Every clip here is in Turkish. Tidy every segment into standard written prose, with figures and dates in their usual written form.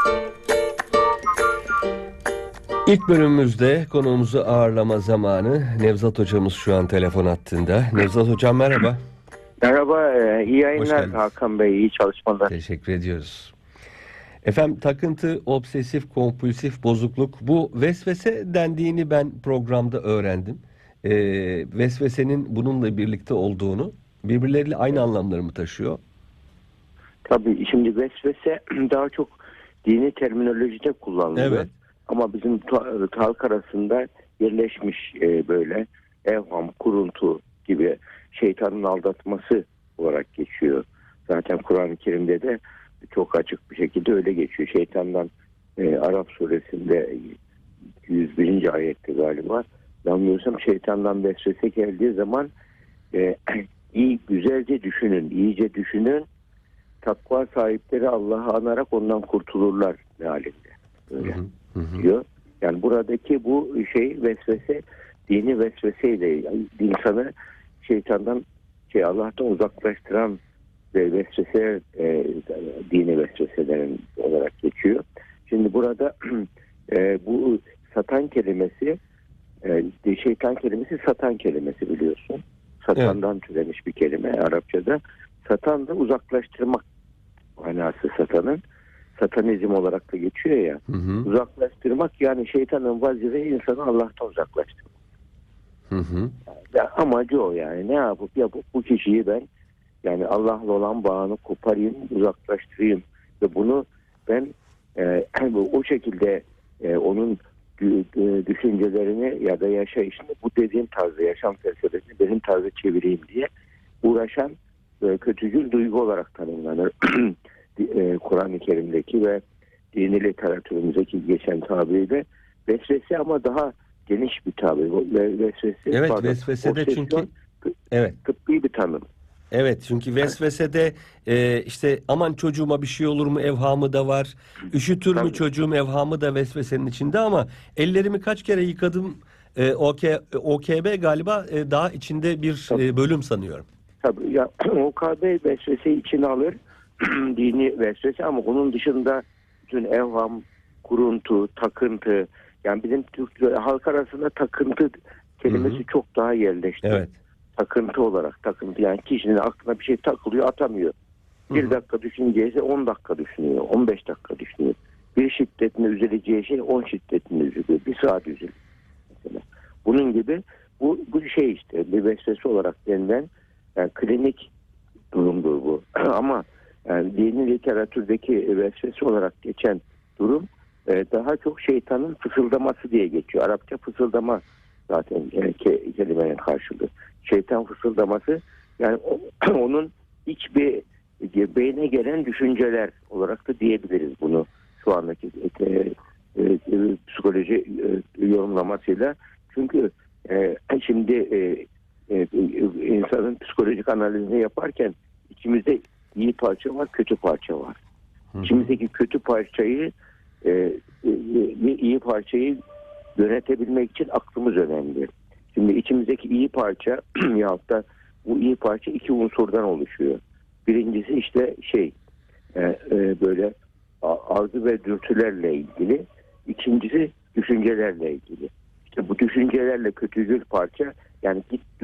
İlk bölümümüzde konuğumuzu ağırlama zamanı. Nevzat hocamız şu an telefon hattında. Nevzat hocam merhaba. Merhaba, iyi Hoş yayınlar geldiniz. Hakan Bey, iyi çalışmalar. Teşekkür ediyoruz. Efendim, takıntı, obsesif, kompulsif bozukluk, bu vesvese dendiğini ben programda öğrendim. Ee, Vesvesenin bununla birlikte olduğunu, birbirleriyle aynı anlamları mı taşıyor? Tabii şimdi vesvese daha çok dini terminolojide kullanılıyor. Evet. Ama bizim halk arasında yerleşmiş böyle evham, kuruntu gibi şeytanın aldatması olarak geçiyor. Zaten Kur'an-ı Kerim'de de çok açık bir şekilde öyle geçiyor. Şeytandan Araf suresinde 101. ayette galiba. Yanılmıyorsam şeytandan vesvese geldiği zaman iyi güzelce düşünün, iyice düşünün. Takva sahipleri Allah'ı anarak ondan kurtulurlar mealinde. Öyle diyor. Yani buradaki bu vesvese, dini vesveseyle yani insanı şeytandan Allah'tan uzaklaştıran ve vesvese dini vesveselerin olarak geçiyor. Şimdi burada bu satan kelimesi şeytan kelimesi satan kelimesi biliyorsun. Satandan türemiş bir kelime Arapçada. Satan da uzaklaştırmak manası satanın. Satanizm olarak da geçiyor ya. Uzaklaştırmak yani şeytanın vazifesi insanı Allah'tan uzaklaştırmak. Ya amacı o yani. Ne yapıp bu kişiyi ben yani Allah'la olan bağını koparayım, uzaklaştırayım ve bunu ben o şekilde onun düşüncelerini ya da yaşayışını bu dediğim tarzda yaşam felsefesini benim tarzda çevireyim diye uğraşan kötücül duygu olarak tanımlanır. Kur'an-ı Kerim'deki ve dini literatürümüzdeki geçen tabiriyle vesvese ama daha geniş bir tabir. Vesvese, Evet, vesvesede çünkü tıbbi bir tanım. Evet, çünkü vesvesede işte aman çocuğuma bir şey olur mu evhamı da var. Üşütür mü çocuğum evhamı da vesvesenin içinde, ama ellerimi kaç kere yıkadım OKB galiba daha içinde bir bölüm sanıyorum. Tabii ya OKB vesveseyi içine alır. Dini vesvese ama onun dışında bütün evham, kuruntu, takıntı yani bizim Türk halk arasında takıntı kelimesi çok daha yerleşti. Evet. Takıntı olarak takıntı yani kişinin aklına bir şey takılıyor atamıyor. Bir dakika düşüneceğiyse 10 dakika düşünüyor. 15 dakika düşünüyor. Bir şiddetine üzüleceği şey 10 şiddetine üzülüyor. Bir saat üzülüyor. Mesela. Bunun gibi bu şey işte bir vesvese olarak denilen yani klinik durumdur bu. Ama yani dini literatürdeki vesvese olarak geçen durum daha çok şeytanın fısıldaması diye geçiyor. Arapça fısıldama zaten kelimenin karşılığı. Şeytan fısıldaması yani onun hiçbir beyne gelen düşünceler olarak da diyebiliriz bunu şu andaki psikoloji yorumlamasıyla. Çünkü şimdi insanın psikolojik analizini yaparken içimizde iyi parça var, kötü parça var. İçimizdeki kötü parçayı iyi parçayı yönetebilmek için aklımız önemli. Şimdi içimizdeki iyi parça yahut da bu iyi parça iki unsurdan oluşuyor. Birincisi işte böyle arzu ve dürtülerle ilgili. İkincisi düşüncelerle ilgili. İşte bu düşüncelerle kötücül parça yani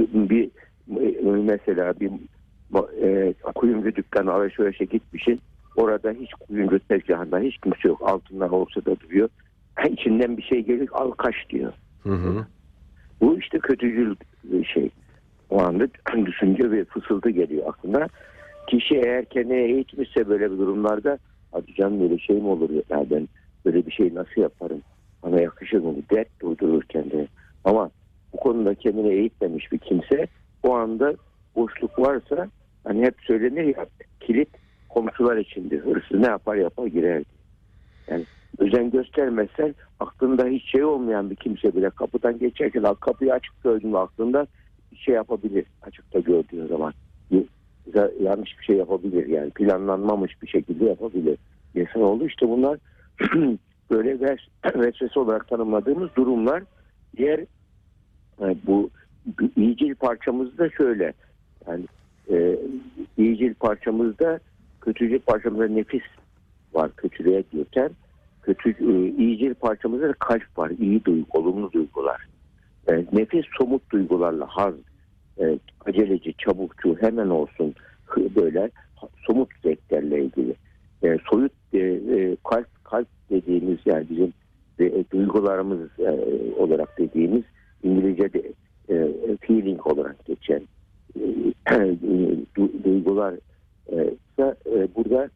mesela bir kuyumcu dükkanı alışverişe gitmişsin. Orada hiç kuyumcu tezgahında hiç kimse yok. Altınlar olsa da duruyor. İçinden bir şey gelir al kaç diyor. Bu işte kötücül şey. O anda düşünce ve fısıltı geliyor aklına. Kişi eğer kendine eğitmişse böyle bir durumlarda hadi canım böyle şey mi olur ya ben böyle bir şey nasıl yaparım? Bana yakışır mı? Dert durdurur kendine. Ama bu konuda kendine eğitmemiş bir kimse o anda boşluk varsa hani hep söylenir ya kilit komşular içindir. Hırsız ne yapar girer. Yani özen göstermezsen aklında hiç şey olmayan bir kimse bile kapıdan geçerken kapıyı açık gördüğünde aklında şey yapabilir. Açıkta gördüğün zaman yanlış bir şey yapabilir. Yani planlanmamış bir şekilde yapabilir. İnsanoğlu işte bunlar böyle vesvese olarak tanımladığımız durumlar. Diğer bu iyicil parçamızda şöyle yani iyicil parçamızda kötücül parçamızda nefis var kötülüğe götüren. iyicil parçamızda da kalp var. İyi duygu, olumlu duygular. Nefis somut duygularla haz, aceleci, çabukçu, hemen olsun, böyle somut zevklerle ilgili. Soyut kalp dediğimiz, yani bizim duygularımız olarak dediğimiz, İngilizce'de feeling olarak geçen duygular da burada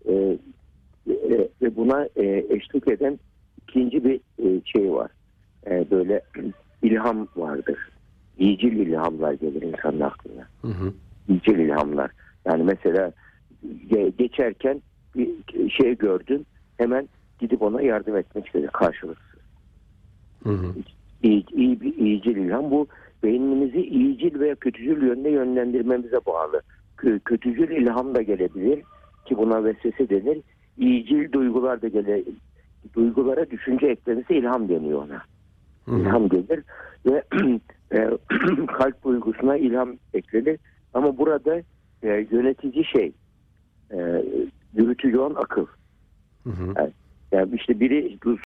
ve buna eşlik eden ikinci bir şey var. Böyle ilham vardır. İyicil ilhamlar gelir insanın aklına. Hı hı. İyicil ilhamlar. Yani mesela geçerken bir şey gördün, hemen gidip ona yardım etmek istedin karşılıksız. Hı hı. İyi bir iyicil ilham. Bu beynimizi iyicil veya kötücül yönde yönlendirmemize bağlı. Kötücül ilham da gelebilir ki buna vesvese denir. İyicil duygular da gelebilir. Duygulara düşünce eklenirse ilham deniyor ona. Hı hı. İlham gelir ve kalp duygusuna ilham eklenir. Ama burada yönetici yürütücü olan akıl. Hı hı. Yani işte biri